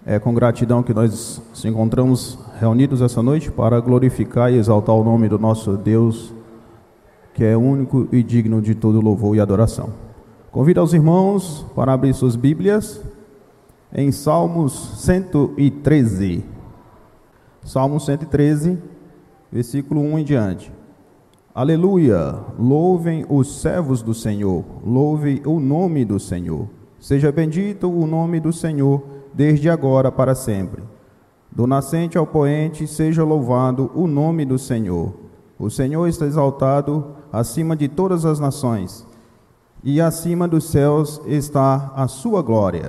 É com gratidão que nós nos encontramos reunidos essa noite para glorificar e exaltar o nome do nosso Deus, que é único e digno de todo louvor e adoração. Convido aos irmãos para abrir suas Bíblias em Salmos 113. Salmos 113, versículo 1 em diante. Aleluia! Louvem os servos do Senhor, louvem o nome do Senhor. Seja bendito o nome do Senhor, desde agora para sempre. Do nascente ao poente, seja louvado o nome do Senhor. O Senhor está exaltado acima de todas as nações, e acima dos céus está a sua glória.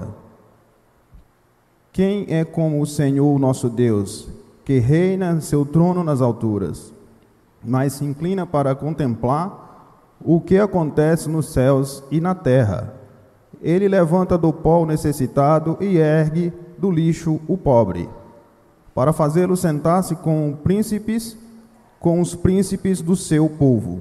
Quem é como o Senhor nosso Deus, que reina seu trono nas alturas, mas se inclina para contemplar o que acontece nos céus e na terra? Ele levanta do pó o necessitado e ergue do lixo o pobre, para fazê-lo sentar-se com os príncipes do seu povo.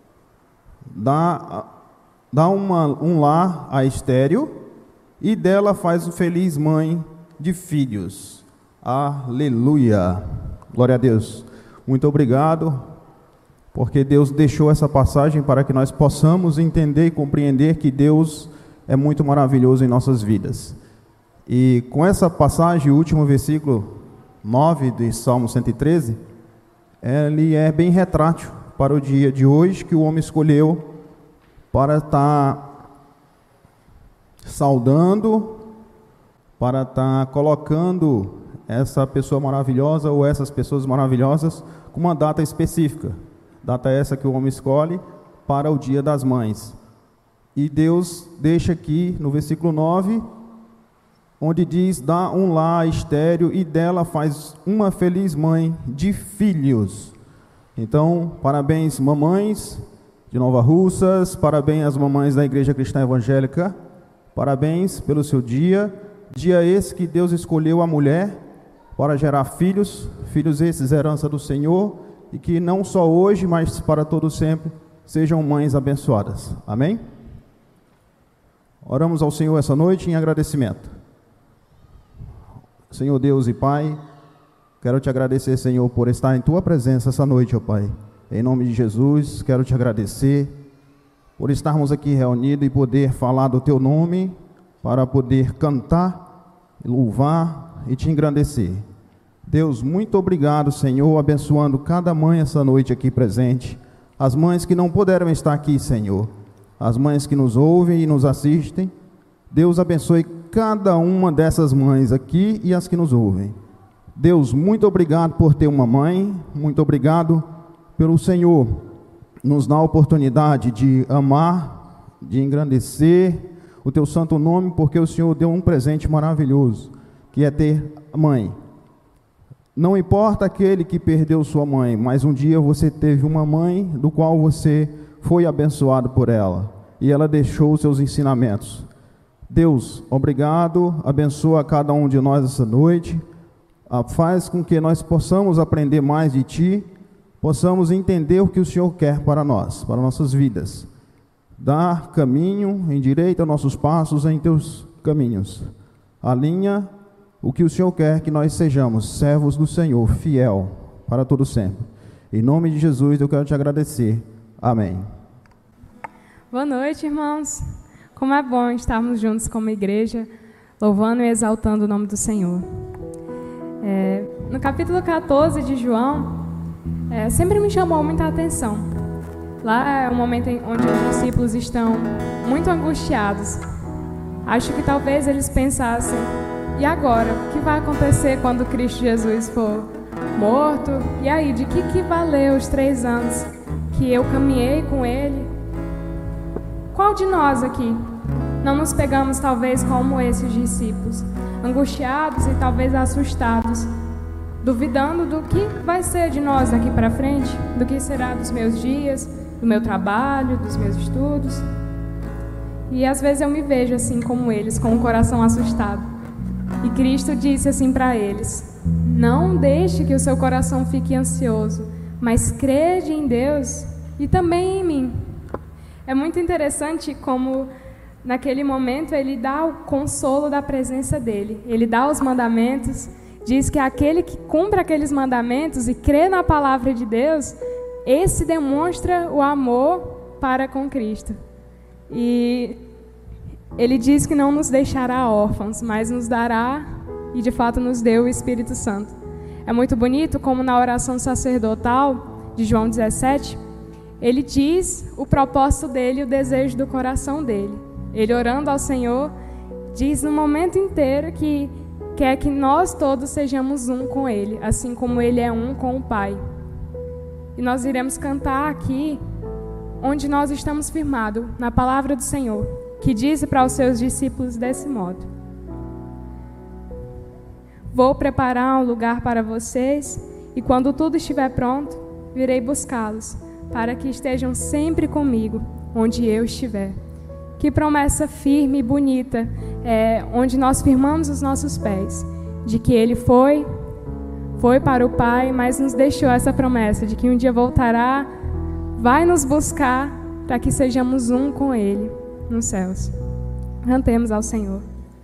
Dá um lar a estéril, e dela faz feliz mãe de filhos. Aleluia! Glória a Deus. Muito obrigado, porque Deus deixou essa passagem para que nós possamos entender e compreender que Deus é muito maravilhoso em nossas vidas. E com essa passagem, o último versículo 9 de Salmo 113, ele é bem retrátil para o dia de hoje, que o homem escolheu para estar saudando, para estar colocando essa pessoa maravilhosa ou essas pessoas maravilhosas com uma data específica. Data essa que o homem escolhe para o Dia das Mães. E Deus deixa aqui no versículo 9, onde diz: dá um lar estéril e dela faz uma feliz mãe de filhos. Então, parabéns mamães de Nova Russas, parabéns às mamães da Igreja Cristã Evangélica, parabéns pelo seu dia esse que Deus escolheu a mulher para gerar filhos esses herança do Senhor, e que não só hoje, mas para todo sempre, sejam mães abençoadas. Amém? Oramos ao Senhor essa noite em agradecimento. Senhor Deus e Pai, quero te agradecer, Senhor, por estar em tua presença essa noite, ó Pai. Em nome de Jesus, quero te agradecer por estarmos aqui reunidos e poder falar do teu nome, para poder cantar, louvar e te engrandecer. Deus, muito obrigado, Senhor, abençoando cada mãe essa noite aqui presente, as mães que não puderam estar aqui, Senhor, as mães que nos ouvem e nos assistem. Deus abençoe cada uma dessas mães aqui e as que nos ouvem. Deus, muito obrigado por ter uma mãe, muito obrigado pelo Senhor nos dar a oportunidade de amar, de engrandecer o teu santo nome, porque o Senhor deu um presente maravilhoso, que é ter mãe. Não importa aquele que perdeu sua mãe, mas um dia você teve uma mãe do qual você foi abençoado por ela, e ela deixou os seus ensinamentos. Deus, obrigado, abençoa cada um de nós essa noite, faz com que nós possamos aprender mais de Ti, possamos entender o que o Senhor quer para nós, para nossas vidas. Dá caminho, endireita nossos passos em Teus caminhos. Alinha o que o Senhor quer que nós sejamos, servos do Senhor, fiel para todo sempre. Em nome de Jesus eu quero te agradecer. Amém. Boa noite, irmãos. Como é bom estarmos juntos como igreja, louvando e exaltando o nome do Senhor. No capítulo 14 de João, sempre me chamou muita atenção. Lá é um momento onde os discípulos estão muito angustiados. Acho que talvez eles pensassem: e agora? O que vai acontecer quando Cristo Jesus for morto? E aí, de que valeu os 3 anos que eu caminhei com Ele? Qual de nós aqui não nos pegamos talvez como esses discípulos, angustiados e talvez assustados, duvidando do que vai ser de nós daqui para frente, do que será dos meus dias, do meu trabalho, dos meus estudos? E às vezes eu me vejo assim como eles, com o coração assustado. E Cristo disse assim para eles: não deixe que o seu coração fique ansioso, mas crede em Deus e também em mim. É muito interessante como naquele momento, ele dá o consolo da presença dele. Ele dá os mandamentos, diz que aquele que cumpre aqueles mandamentos e crê na palavra de Deus, esse demonstra o amor para com Cristo. E ele diz que não nos deixará órfãos, mas nos dará, e de fato nos deu, o Espírito Santo. É muito bonito como na oração sacerdotal de João 17, ele diz o propósito dele, o desejo do coração dele. Ele, orando ao Senhor, diz no momento inteiro que quer que nós todos sejamos um com Ele, assim como Ele é um com o Pai. E nós iremos cantar aqui, onde nós estamos firmados, na palavra do Senhor, que diz para os seus discípulos desse modo: vou preparar um lugar para vocês, e quando tudo estiver pronto, virei buscá-los, para que estejam sempre comigo, onde eu estiver. Que promessa firme e bonita, onde nós firmamos os nossos pés, de que Ele foi para o Pai, mas nos deixou essa promessa de que um dia voltará, vai nos buscar, para que sejamos um com Ele nos céus. Cantemos ao Senhor.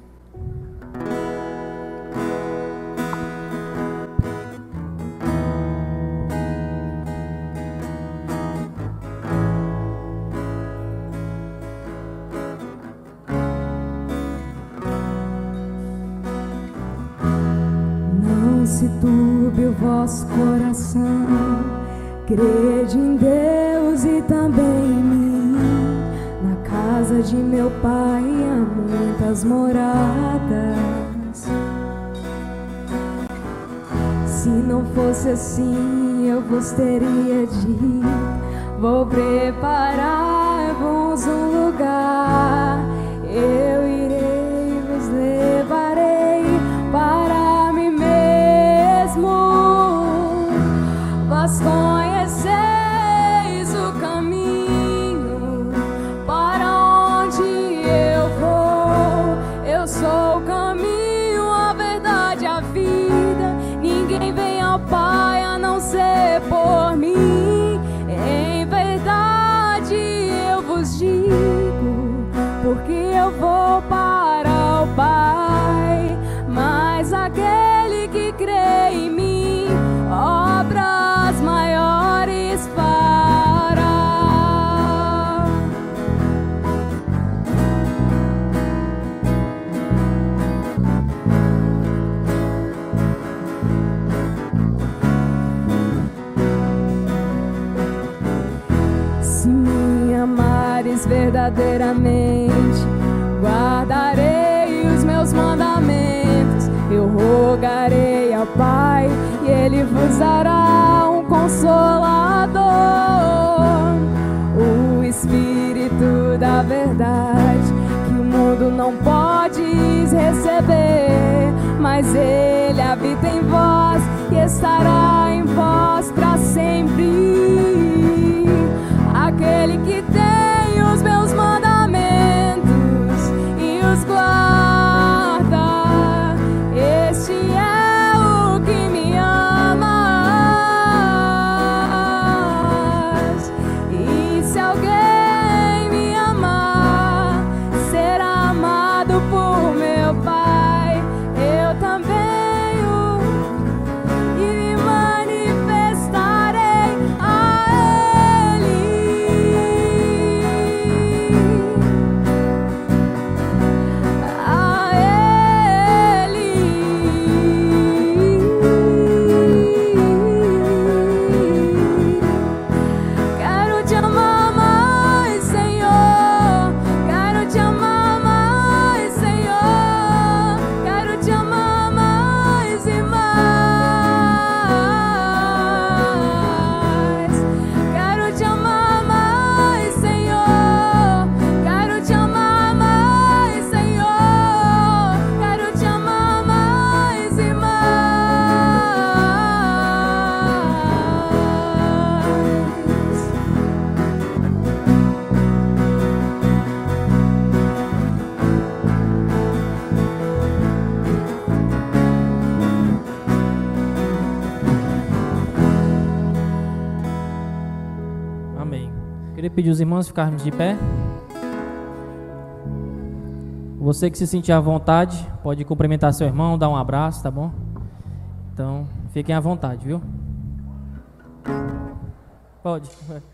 Se turbe o vosso coração, crede em Deus e também em mim. Na casa de meu Pai há muitas moradas. Se não fosse assim, eu vos teria dito: vou preparar-vos um lugar. Eu irei, vos levarei para vós conheceis o caminho para onde eu vou. Eu sou o caminho, a verdade, a vida. Ninguém vem ao Pai a não ser por mim. Em verdade eu vos digo, porque eu vou para o Pai. Mas aquele que crê em mim, obras maiores fará. Se me amares verdadeiramente, guardarei os meus mandamentos. Eu rogarei ao Pai e Ele vos dará um Consolador, o Espírito da verdade, que o mundo não pode receber, mas Ele habita em vós e estará em vós para sempre. Aquele que tem os meus mandamentos e os guarda, este é o que me ama. E se alguém me amar, será amado por meu Pai. Eu também o e me manifestarei a Ele. A Ele. Quero te amar mais, Senhor. Quero te amar mais, Senhor. Quero te amar mais e mais. Quero te amar mais, Senhor. Quero te amar mais, Senhor. Quero te amar mais e Amém. Queria pedir os irmãos ficarmos de pé. Você que se sentir à vontade, pode cumprimentar seu irmão, dar um abraço, tá bom? Então, fiquem à vontade, viu? Pode.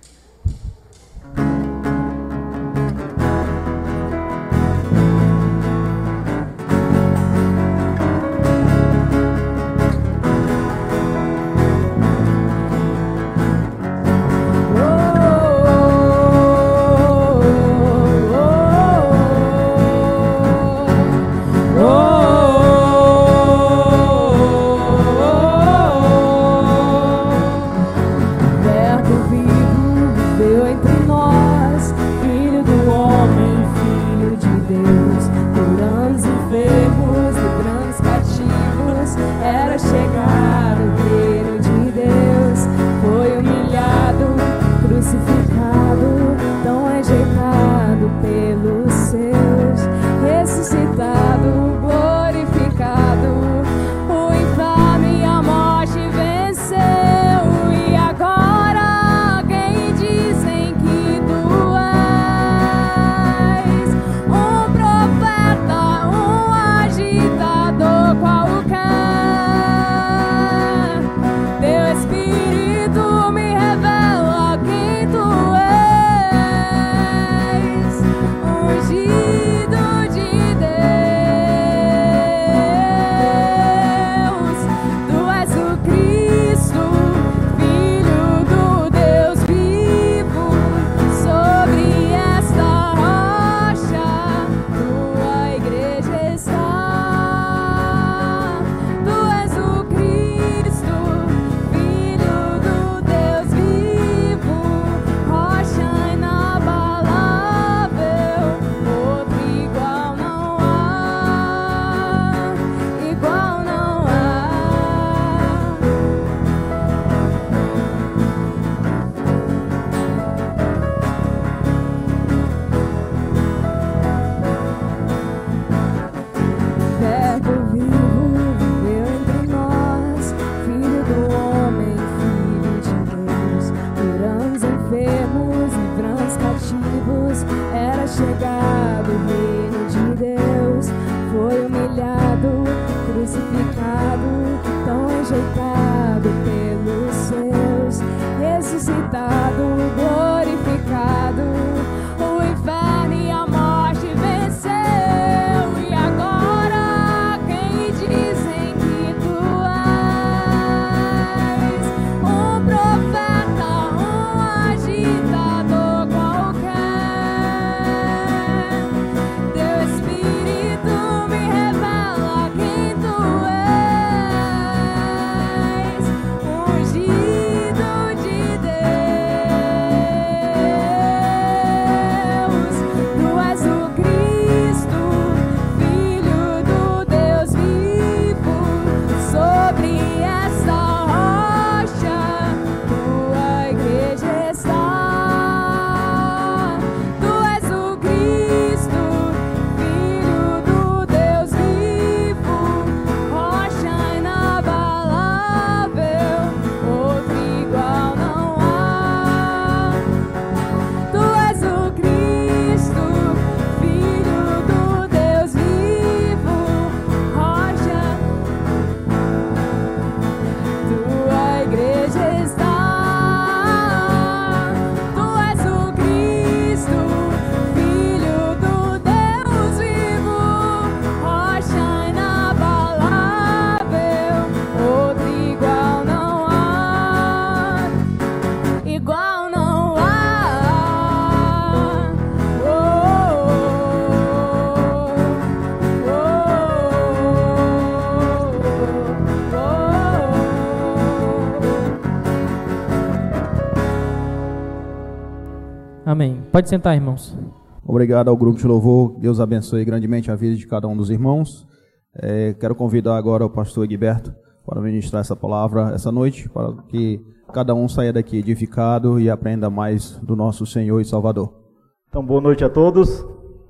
Amém. Pode sentar, irmãos. Obrigado ao grupo de louvor. Deus abençoe grandemente a vida de cada um dos irmãos. Quero convidar agora o pastor Egberto para ministrar essa palavra essa noite, para que cada um saia daqui edificado e aprenda mais do nosso Senhor e Salvador. Então, boa noite a todos.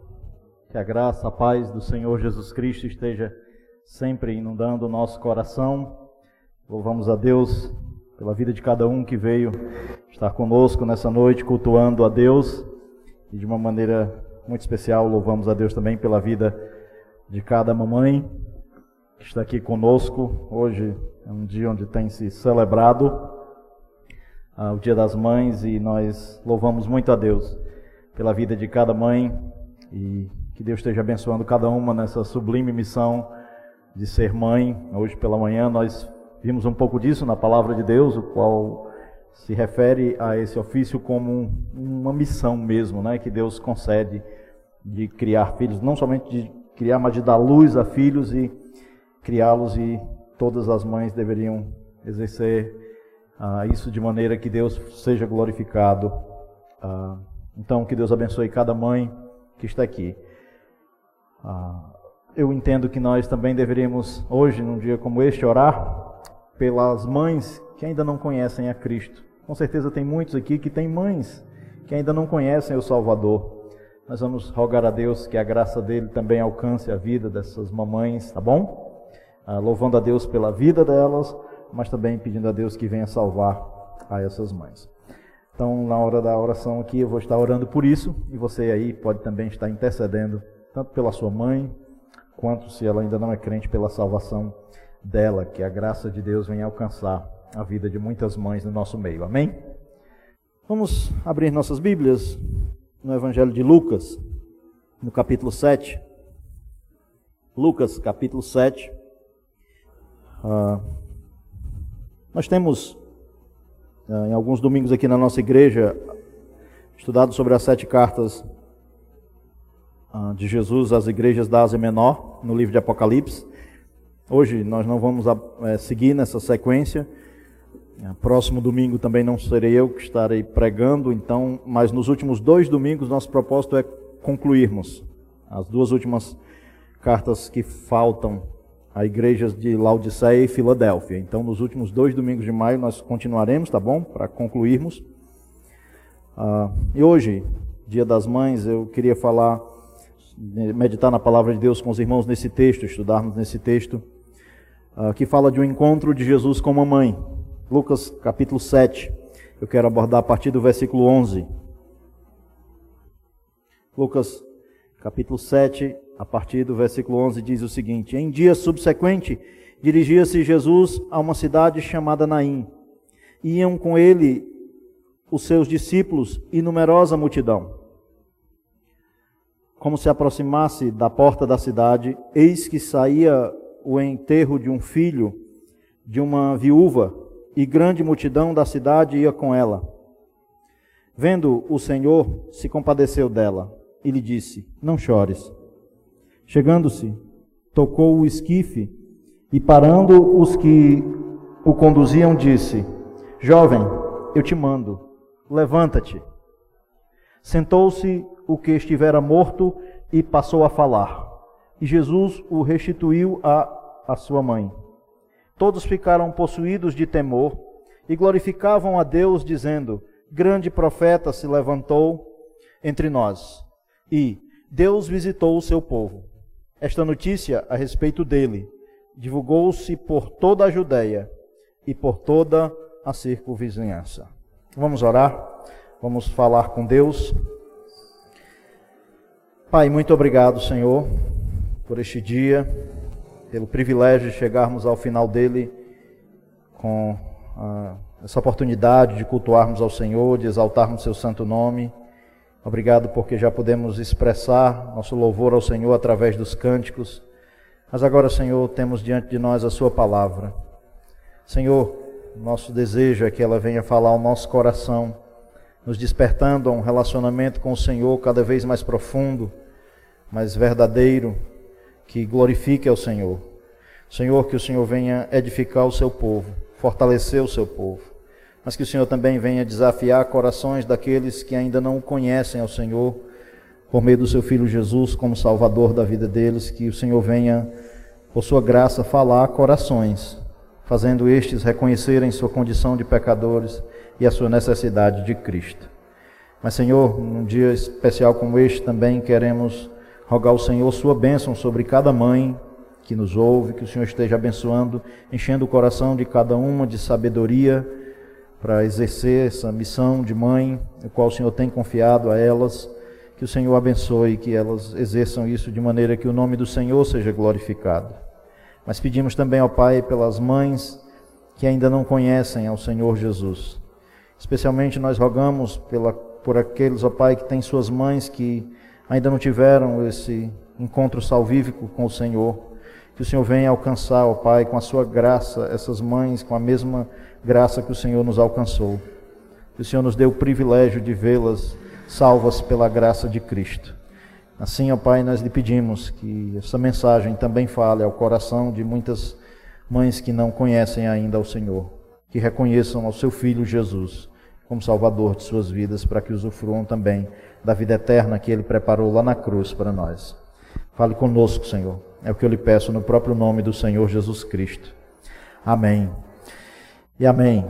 Que a graça, a paz do Senhor Jesus Cristo esteja sempre inundando o nosso coração. Louvamos a Deus pela vida de cada um que veio estar conosco nessa noite, cultuando a Deus e de uma maneira muito especial. Louvamos a Deus também pela vida de cada mamãe que está aqui conosco. Hoje é um dia onde tem se celebrado o Dia das Mães, e nós louvamos muito a Deus pela vida de cada mãe, e que Deus esteja abençoando cada uma nessa sublime missão de ser mãe. Hoje pela manhã nós vimos um pouco disso na Palavra de Deus, o qual se refere a esse ofício como uma missão mesmo, né, que Deus concede de criar filhos, não somente de criar, mas de dar luz a filhos e criá-los, e todas as mães deveriam exercer isso de maneira que Deus seja glorificado. Então, que Deus abençoe cada mãe que está aqui. Eu entendo que nós também deveríamos, hoje, num dia como este, orar pelas mães que ainda não conhecem a Cristo. Com certeza tem muitos aqui que têm mães que ainda não conhecem o Salvador. Nós vamos rogar a Deus que a graça dele também alcance a vida dessas mamães, tá bom? Louvando a Deus pela vida delas, mas também pedindo a Deus que venha salvar a essas mães. Então, na hora da oração aqui, eu vou estar orando por isso, e você aí pode também estar intercedendo, tanto pela sua mãe, quanto, se ela ainda não é crente, pela salvação dela, que a graça de Deus venha alcançar a vida de muitas mães no nosso meio. Amém? Vamos abrir nossas Bíblias no Evangelho de Lucas, no capítulo 7. Lucas, capítulo 7. Nós temos, em alguns domingos aqui na nossa igreja, estudado sobre as 7 cartas de Jesus às igrejas da Ásia Menor, no livro de Apocalipse. Hoje nós não vamos seguir nessa sequência. Próximo domingo também não serei eu que estarei pregando, então, mas nos últimos 2 domingos nosso propósito é concluirmos as 2 últimas cartas que faltam a igrejas de Laodiceia e Filadélfia. Então, nos últimos 2 domingos de maio nós continuaremos, tá bom? Para concluirmos. E hoje, Dia das Mães, eu queria meditar na palavra de Deus com os irmãos nesse texto, estudarmos nesse texto, que fala de um encontro de Jesus com uma mãe. Lucas capítulo 7, eu quero abordar a partir do versículo 11. Lucas capítulo 7, a partir do versículo 11, diz o seguinte: Em dia subsequente, dirigia-se Jesus a uma cidade chamada Naim. Iam com ele os seus discípulos e numerosa multidão. Como se aproximasse da porta da cidade, eis que saía o enterro de um filho de uma viúva, e grande multidão da cidade ia com ela. Vendo o Senhor, se compadeceu dela, e lhe disse: Não chores. Chegando-se, tocou o esquife, e parando os que o conduziam, disse: Jovem, eu te mando, levanta-te. Sentou-se o que estivera morto e passou a falar. E Jesus o restituiu à sua mãe. Todos ficaram possuídos de temor e glorificavam a Deus, dizendo: Grande profeta se levantou entre nós, e Deus visitou o seu povo. Esta notícia a respeito dele divulgou-se por toda a Judeia e por toda a circunvizinhança. Vamos orar, vamos falar com Deus. Pai, muito obrigado, Senhor, por este dia, pelo privilégio de chegarmos ao final dele com essa oportunidade de cultuarmos ao Senhor, de exaltarmos seu santo nome. Obrigado porque já podemos expressar nosso louvor ao Senhor através dos cânticos. Mas agora, Senhor, temos diante de nós a sua palavra. Senhor, nosso desejo é que ela venha falar ao nosso coração, nos despertando a um relacionamento com o Senhor cada vez mais profundo, mais verdadeiro, que glorifique ao Senhor. Senhor, que o Senhor venha edificar o seu povo, fortalecer o seu povo, mas que o Senhor também venha desafiar corações daqueles que ainda não o conhecem ao Senhor, por meio do seu Filho Jesus como Salvador da vida deles, que o Senhor venha, por sua graça, falar a corações, fazendo estes reconhecerem sua condição de pecadores e a sua necessidade de Cristo. Mas, Senhor, num dia especial como este, também queremos rogar ao Senhor sua bênção sobre cada mãe que nos ouve, que o Senhor esteja abençoando, enchendo o coração de cada uma de sabedoria para exercer essa missão de mãe, o qual o Senhor tem confiado a elas, que o Senhor abençoe, que elas exerçam isso de maneira que o nome do Senhor seja glorificado. Mas pedimos também, ó Pai, pelas mães que ainda não conhecem ao Senhor Jesus. Especialmente nós rogamos por aqueles, ó Pai, que têm suas mães que ainda não tiveram esse encontro salvífico com o Senhor. Que o Senhor venha alcançar, ó Pai, com a sua graça, essas mães com a mesma graça que o Senhor nos alcançou. Que o Senhor nos dê o privilégio de vê-las salvas pela graça de Cristo. Assim, ó Pai, nós lhe pedimos que essa mensagem também fale ao coração de muitas mães que não conhecem ainda ao Senhor, que reconheçam ao seu Filho Jesus como Salvador de suas vidas, para que usufruam também da vida eterna que Ele preparou lá na cruz para nós. Fale conosco, Senhor. É o que eu lhe peço no próprio nome do Senhor Jesus Cristo. Amém. E amém.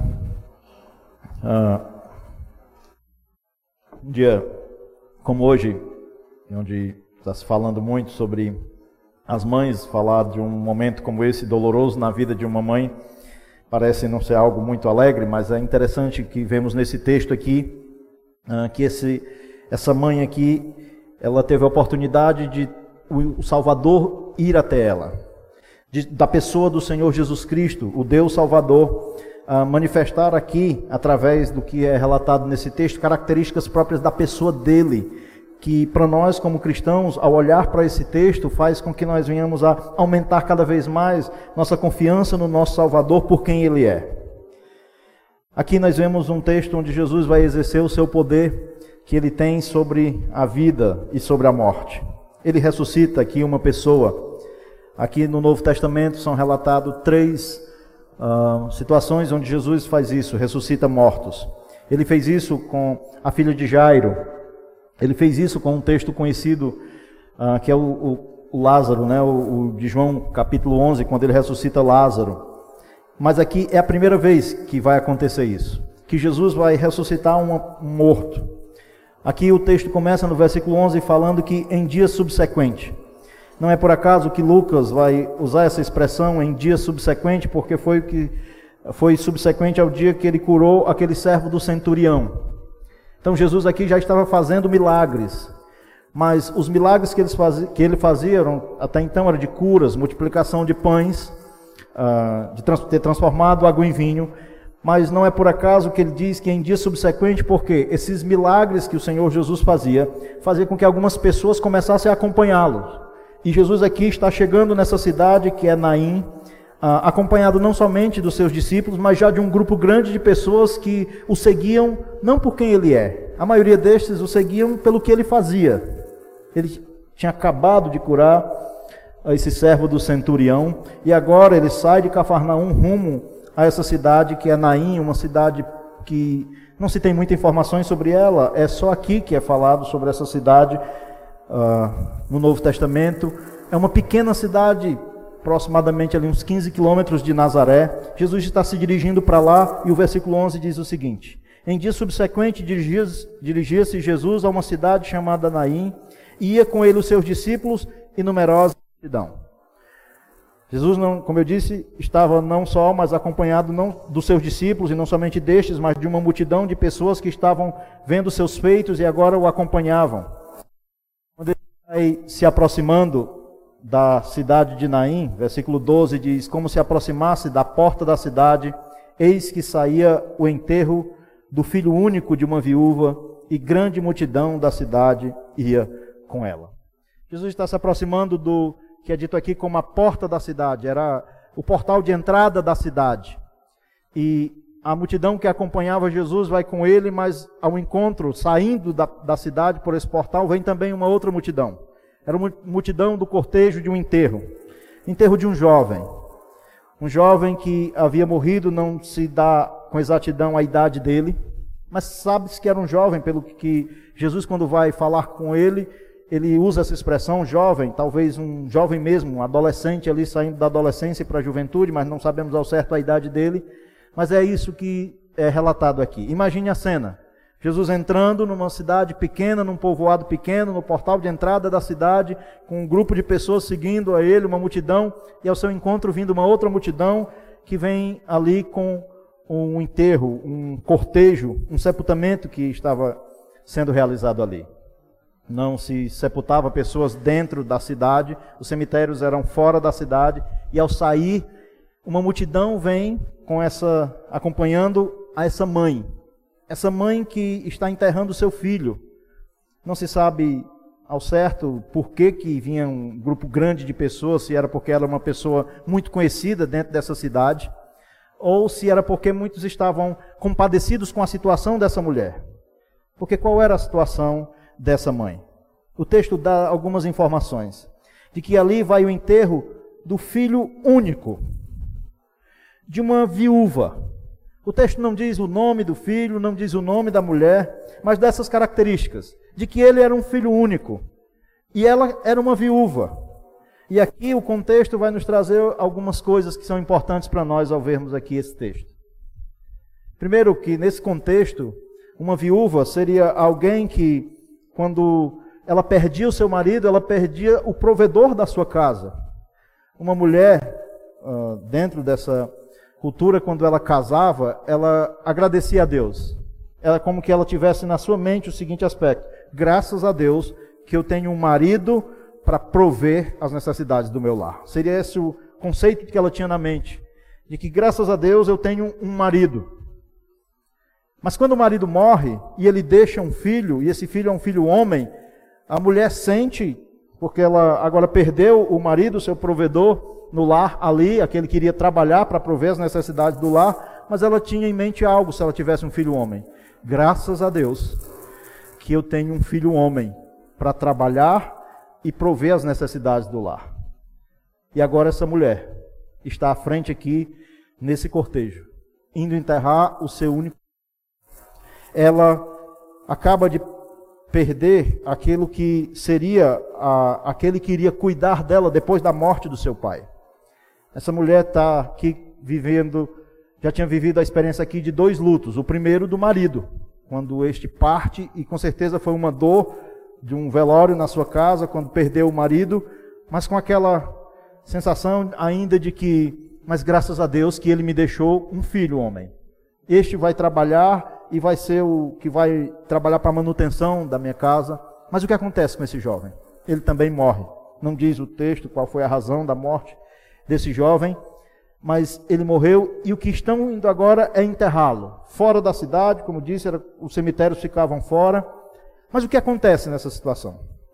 Um dia como hoje, onde está se falando muito sobre as mães, falar de um momento como esse, doloroso na vida de uma mãe, parece não ser algo muito alegre, mas é interessante que vemos nesse texto aqui, que essa mãe aqui, ela teve a oportunidade de o Salvador ir até ela, da pessoa do Senhor Jesus Cristo, o Deus Salvador, manifestar aqui, através do que é relatado nesse texto, características próprias da pessoa dele, que para nós como cristãos, ao olhar para esse texto, faz com que nós venhamos a aumentar cada vez mais nossa confiança no nosso Salvador por quem Ele é. Aqui nós vemos um texto onde Jesus vai exercer o seu poder que Ele tem sobre a vida e sobre a morte. Ele ressuscita aqui uma pessoa. Aqui no Novo Testamento são relatadas 3 situações onde Jesus faz isso, ressuscita mortos. Ele fez isso com a filha de Jairo. Ele fez isso com um texto conhecido, que é o Lázaro, né? o de João capítulo 11, quando ele ressuscita Lázaro. Mas aqui é a primeira vez que vai acontecer isso, que Jesus vai ressuscitar um morto. Aqui o texto começa no versículo 11 falando que em dia subsequente. Não é por acaso que Lucas vai usar essa expressão em dia subsequente, porque foi subsequente ao dia que ele curou aquele servo do centurião. Então Jesus aqui já estava fazendo milagres, mas os milagres que ele fazia até então eram de curas, multiplicação de pães, de ter transformado água em vinho, mas não é por acaso que ele diz que em dia subsequente, porque esses milagres que o Senhor Jesus fazia com que algumas pessoas começassem a acompanhá-lo. E Jesus aqui está chegando nessa cidade que é Naim, acompanhado não somente dos seus discípulos, mas já de um grupo grande de pessoas que o seguiam não por quem ele é. A maioria destes o seguiam pelo que ele fazia. Ele tinha acabado de curar esse servo do centurião, e agora ele sai de Cafarnaum rumo a essa cidade que é Naim, uma cidade que não se tem muitas informações sobre ela, é só aqui que é falado sobre essa cidade no Novo Testamento. É uma pequena cidade, aproximadamente ali uns 15 quilômetros de Nazaré. Jesus está se dirigindo para lá e o versículo 11 diz o seguinte: em dia subsequente dirigia-se Jesus a uma cidade chamada Naim, e ia com ele os seus discípulos e numerosa multidão. Jesus, não, como eu disse, estava não só, mas acompanhado não dos seus discípulos, e não somente destes, mas de uma multidão de pessoas que estavam vendo seus feitos e agora o acompanhavam. Quando ele vai se aproximando da cidade de Naim, versículo 12 diz: como se aproximasse da porta da cidade, eis que saía o enterro do filho único de uma viúva, e grande multidão da cidade ia com ela. Jesus está se aproximando do que é dito aqui como a porta da cidade, era o portal de entrada da cidade. E a multidão que acompanhava Jesus vai com ele, mas ao encontro, saindo da cidade por esse portal, vem também uma outra multidão. Era uma multidão do cortejo de um enterro de um jovem que havia morrido, não se dá com exatidão a idade dele, mas sabe-se que era um jovem, pelo que Jesus, quando vai falar com ele usa essa expressão jovem, talvez um jovem mesmo, um adolescente ali saindo da adolescência para a juventude, mas não sabemos ao certo a idade dele, mas é isso que é relatado aqui. Imagine a cena: Jesus entrando numa cidade pequena, num povoado pequeno, no portal de entrada da cidade, com um grupo de pessoas seguindo a ele, uma multidão, e ao seu encontro vindo uma outra multidão que vem ali com um enterro, um cortejo, um sepultamento que estava sendo realizado ali. não se sepultava pessoas dentro da cidade, os cemitérios eram fora da cidade, e ao sair, uma multidão vem acompanhando essa mãe que está enterrando seu filho. Não se sabe ao certo por que vinha um grupo grande de pessoas, se era porque ela era uma pessoa muito conhecida dentro dessa cidade, ou se era porque muitos estavam compadecidos com a situação dessa mulher. Porque qual era a situação dessa mãe? O texto dá algumas informações, de que ali vai o enterro do filho único, de uma viúva. O texto não diz o nome do filho, não diz o nome da mulher, mas dessas características, de que ele era um filho único, e ela era uma viúva. E aqui o contexto vai nos trazer algumas coisas que são importantes para nós ao vermos aqui esse texto. Primeiro, que nesse contexto, uma viúva seria alguém que, quando ela perdia o seu marido, ela perdia o provedor da sua casa. Uma mulher, dentro dessa cultura, quando ela casava, ela agradecia a Deus. Era como que ela tivesse na sua mente o seguinte aspecto: graças a Deus que eu tenho um marido para prover as necessidades do meu lar. Seria esse o conceito que ela tinha na mente, de que graças a Deus eu tenho um marido. Mas quando o marido morre e ele deixa um filho, e esse filho é um filho homem, a mulher sente, porque ela agora perdeu o marido, seu provedor no lar ali, aquele que iria trabalhar para prover as necessidades do lar, mas ela tinha em mente algo se ela tivesse um filho homem. Graças a Deus que eu tenho um filho homem para trabalhar e prover as necessidades do lar. E agora essa mulher está à frente aqui nesse cortejo, indo enterrar o seu único. Ela acaba de perder aquilo que seria aquele que iria cuidar dela depois da morte do seu pai. Essa mulher está aqui vivendo, já tinha vivido a experiência aqui de 2 lutos. O primeiro do marido, quando este parte, e com certeza foi uma dor de um velório na sua casa, quando perdeu o marido, mas com aquela sensação ainda de que, mas graças a Deus que ele me deixou um filho homem. Este vai trabalhar e vai ser o que vai trabalhar para a manutenção da minha casa. Mas o que acontece com esse jovem? Ele também morre. Não diz o texto qual foi a razão da morte desse jovem, mas ele morreu, e o que estão indo agora é enterrá-lo. Fora da cidade, como disse, os cemitérios ficavam fora. Mas o que acontece nessa situação?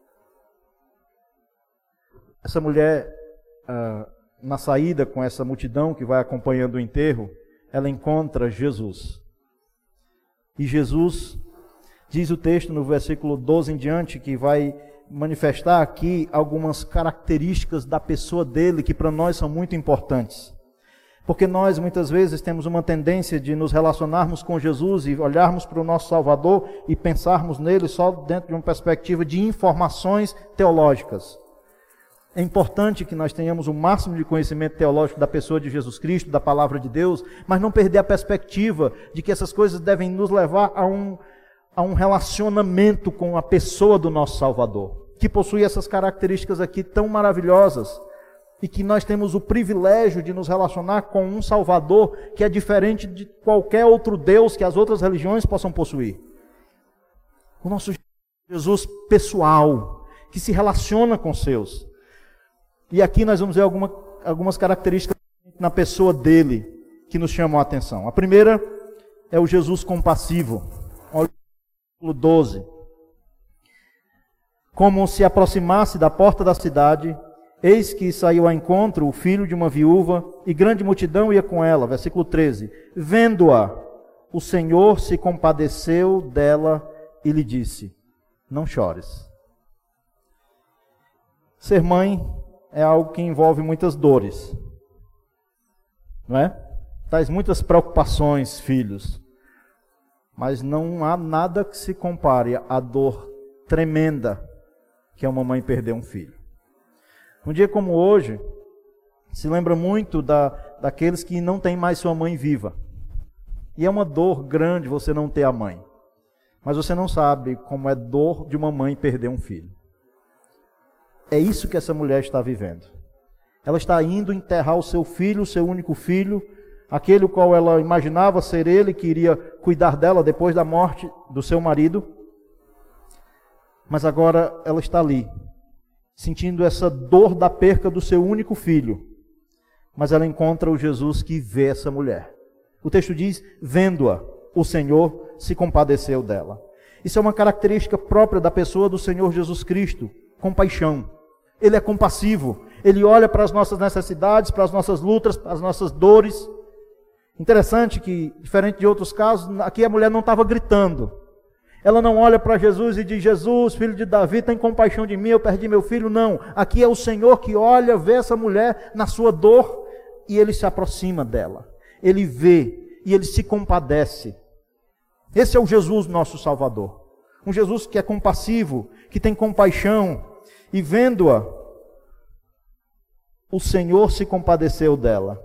Essa mulher, na saída com essa multidão que vai acompanhando o enterro, ela encontra Jesus. E Jesus, diz o texto no versículo 12 em diante, que vai manifestar aqui algumas características da pessoa dele que para nós são muito importantes. Porque nós muitas vezes temos uma tendência de nos relacionarmos com Jesus e olharmos para o nosso Salvador e pensarmos nele só dentro de uma perspectiva de informações teológicas. É importante que nós tenhamos o máximo de conhecimento teológico da pessoa de Jesus Cristo, da palavra de Deus, mas não perder a perspectiva de que essas coisas devem nos levar a um relacionamento com a pessoa do nosso Salvador, que possui essas características aqui tão maravilhosas, e que nós temos o privilégio de nos relacionar com um Salvador que é diferente de qualquer outro Deus que as outras religiões possam possuir. O nosso Jesus pessoal, que se relaciona com os seus. E aqui nós vamos ver algumas características na pessoa dele que nos chamam a atenção. A primeira é o Jesus compassivo. Olha o versículo 12. Como se aproximasse da porta da cidade, eis que saiu ao encontro o filho de uma viúva, e grande multidão ia com ela. Versículo 13. Vendo-a, o Senhor se compadeceu dela e lhe disse: não chores. Ser mãe é algo que envolve muitas dores, não é? Traz muitas preocupações, filhos. Mas não há nada que se compare à dor tremenda que é uma mãe perder um filho. Um dia como hoje, se lembra muito daqueles que não têm mais sua mãe viva. E é uma dor grande você não ter a mãe. Mas você não sabe como é dor de uma mãe perder um filho. É isso que essa mulher está vivendo. Ela está indo enterrar o seu filho, o seu único filho, aquele o qual ela imaginava ser ele, que iria cuidar dela depois da morte do seu marido. Mas agora ela está ali, sentindo essa dor da perca do seu único filho. Mas ela encontra o Jesus que vê essa mulher. O texto diz, vendo-a, o Senhor se compadeceu dela. Isso é uma característica própria da pessoa do Senhor Jesus Cristo, compaixão. Ele é compassivo, ele olha para as nossas necessidades, para as nossas lutas, para as nossas dores. Interessante que, diferente de outros casos, aqui a mulher não estava gritando. Ela não olha para Jesus e diz, Jesus, filho de Davi, tem compaixão de mim, eu perdi meu filho. Não, aqui é o Senhor que olha, vê essa mulher na sua dor e ele se aproxima dela. Ele vê e ele se compadece. Esse é o Jesus nosso Salvador. Um Jesus que é compassivo, que tem compaixão. E vendo-a, o Senhor se compadeceu dela.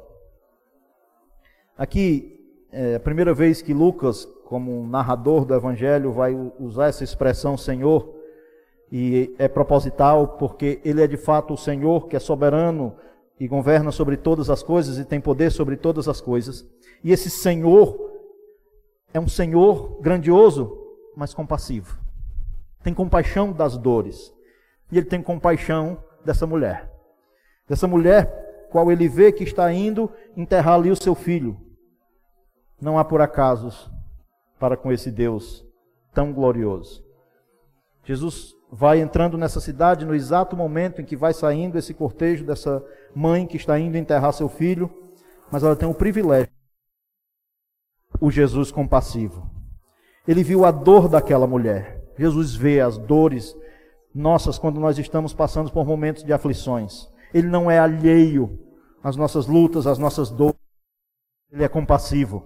Aqui, é a primeira vez que Lucas, como um narrador do Evangelho, vai usar essa expressão Senhor. E é proposital porque Ele é de fato o Senhor que é soberano e governa sobre todas as coisas e tem poder sobre todas as coisas. E esse Senhor é um Senhor grandioso, mas compassivo. Tem compaixão das dores. E Ele tem compaixão dessa mulher. Dessa mulher, qual Ele vê que está indo enterrar ali o seu filho. Não há por acasos para com esse Deus tão glorioso. Jesus vai entrando nessa cidade no exato momento em que vai saindo esse cortejo dessa mãe que está indo enterrar seu filho, mas ela tem o privilégio, o Jesus compassivo. Ele viu a dor daquela mulher. Jesus vê as dores nossas quando nós estamos passando por momentos de aflições. Ele não é alheio às nossas lutas, às nossas dores. Ele é compassivo.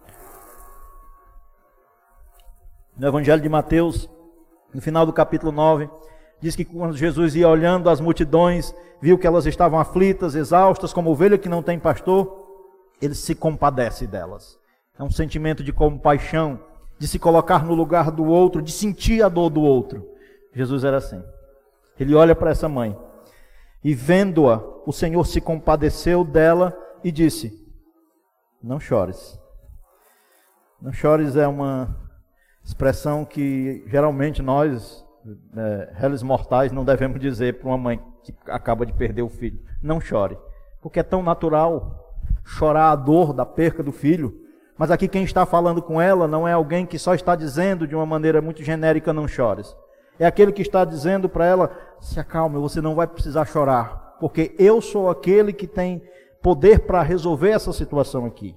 No Evangelho de Mateus, no final do capítulo 9, diz que quando Jesus ia olhando as multidões, viu que elas estavam aflitas, exaustas, como ovelha que não tem pastor, Ele se compadece delas. É um sentimento de compaixão, de se colocar no lugar do outro, de sentir a dor do outro. Jesus era assim. Ele olha para essa mãe e vendo-a, o Senhor se compadeceu dela e disse, não chores. Não chores é uma expressão que geralmente nós, réis mortais, não devemos dizer para uma mãe que acaba de perder o filho. Não chore, porque é tão natural chorar a dor da perca do filho. Mas aqui quem está falando com ela não é alguém que só está dizendo de uma maneira muito genérica, não chores. É aquele que está dizendo para ela, se acalme, você não vai precisar chorar, porque eu sou aquele que tem poder para resolver essa situação aqui.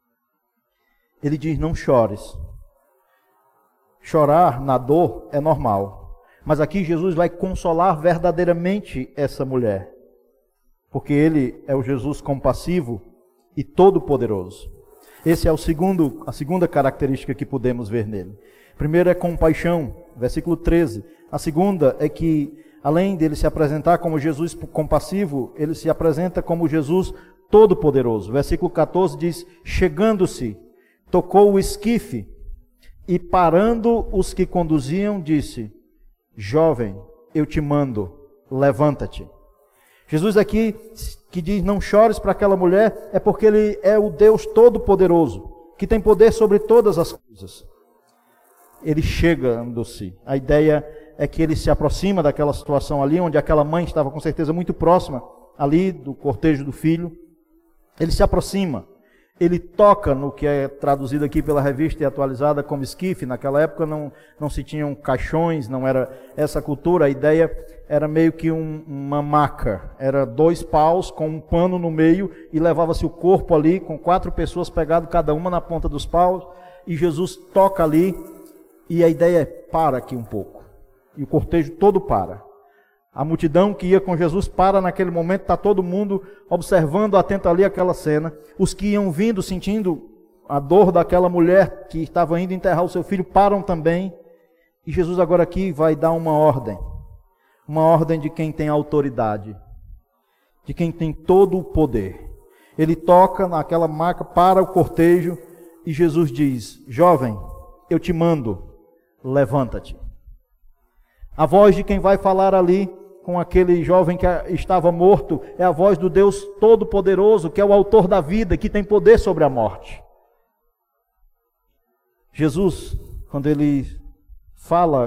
Ele diz, não chores. Chorar na dor é normal. Mas aqui Jesus vai consolar verdadeiramente essa mulher. Porque Ele é o Jesus compassivo e todo-poderoso. Essa é a segunda característica que podemos ver nele. Primeiro é compaixão, versículo 13. A segunda é que, além dele se apresentar como Jesus compassivo, ele se apresenta como Jesus todo-poderoso. Versículo 14 diz, chegando-se, tocou o esquife, e parando os que conduziam, disse, jovem, eu te mando, levanta-te. Jesus aqui, que diz, não chores para aquela mulher, é porque Ele é o Deus Todo-Poderoso, que tem poder sobre todas as coisas. Ele chega-se. A ideia é que Ele se aproxima daquela situação ali, onde aquela mãe estava com certeza muito próxima, ali do cortejo do filho. Ele se aproxima. Ele toca no que é traduzido aqui pela revista e atualizada como esquife. Naquela época não se tinham caixões, não era essa cultura. A ideia era meio que uma maca. Era 2 paus com um pano no meio e levava-se o corpo ali com 4 pessoas pegadas cada uma na ponta dos paus. E Jesus toca ali e a ideia é, para aqui um pouco. E o cortejo todo para. A multidão que ia com Jesus para naquele momento, está todo mundo observando, atento ali aquela cena. Os que iam vindo, sentindo a dor daquela mulher que estava indo enterrar o seu filho, param também. E Jesus agora aqui vai dar uma ordem de quem tem autoridade, de quem tem todo o poder. Ele toca naquela maca para o cortejo e Jesus diz, jovem, eu te mando, levanta-te. A voz de quem vai falar ali com aquele jovem que estava morto é a voz do Deus Todo-Poderoso, que é o autor da vida, que tem poder sobre a morte. Jesus, quando ele fala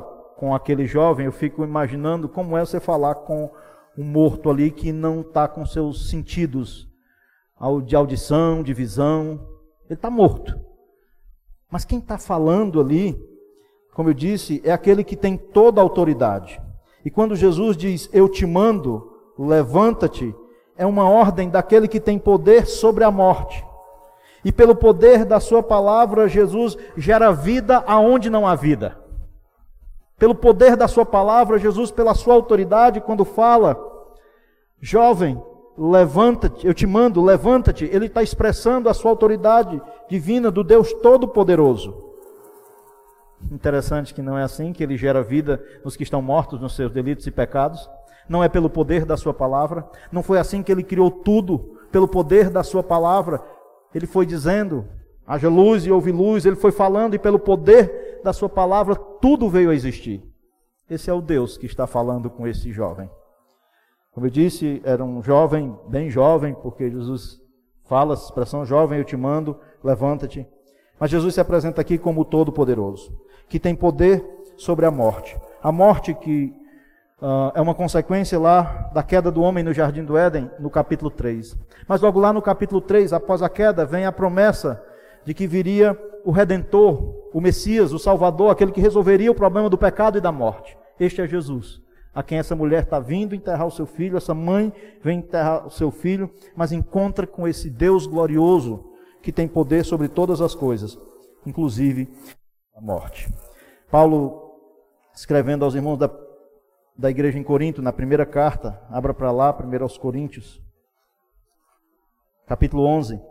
com aquele jovem, eu fico imaginando como é você falar com um morto ali que não está com seus sentidos de audição, de visão. Ele está morto. Mas quem está falando ali, como eu disse, é aquele que tem toda a autoridade. E quando Jesus diz, eu te mando, levanta-te, é uma ordem daquele que tem poder sobre a morte. E pelo poder da sua palavra, Jesus gera vida aonde não há vida. Pelo poder da sua palavra, Jesus, pela sua autoridade, quando fala, jovem, levanta-te, eu te mando, levanta-te, ele está expressando a sua autoridade divina do Deus Todo-Poderoso. Interessante que não é assim que ele gera vida nos que estão mortos nos seus delitos e pecados. Não é pelo poder da sua palavra. Não foi assim que ele criou tudo, pelo poder da sua palavra. Ele foi dizendo, haja luz e houve luz. Ele foi falando e pelo poder da sua palavra tudo veio a existir. Esse é o Deus que está falando com esse jovem. Como eu disse, era um jovem, bem jovem, porque Jesus fala essa expressão, jovem, eu te mando, levanta-te. Mas Jesus se apresenta aqui como o Todo-Poderoso, que tem poder sobre a morte. A morte que é uma consequência lá da queda do homem no Jardim do Éden, no capítulo 3. Mas logo lá no capítulo 3, após a queda, vem a promessa de que viria o Redentor, o Messias, o Salvador, aquele que resolveria o problema do pecado e da morte. Este é Jesus, a quem essa mulher está vindo enterrar o seu filho, essa mãe vem enterrar o seu filho, mas encontra com esse Deus glorioso, que tem poder sobre todas as coisas, inclusive a morte. Paulo, escrevendo aos irmãos da igreja em Corinto, na primeira carta, abra para lá, 1 aos Coríntios, capítulo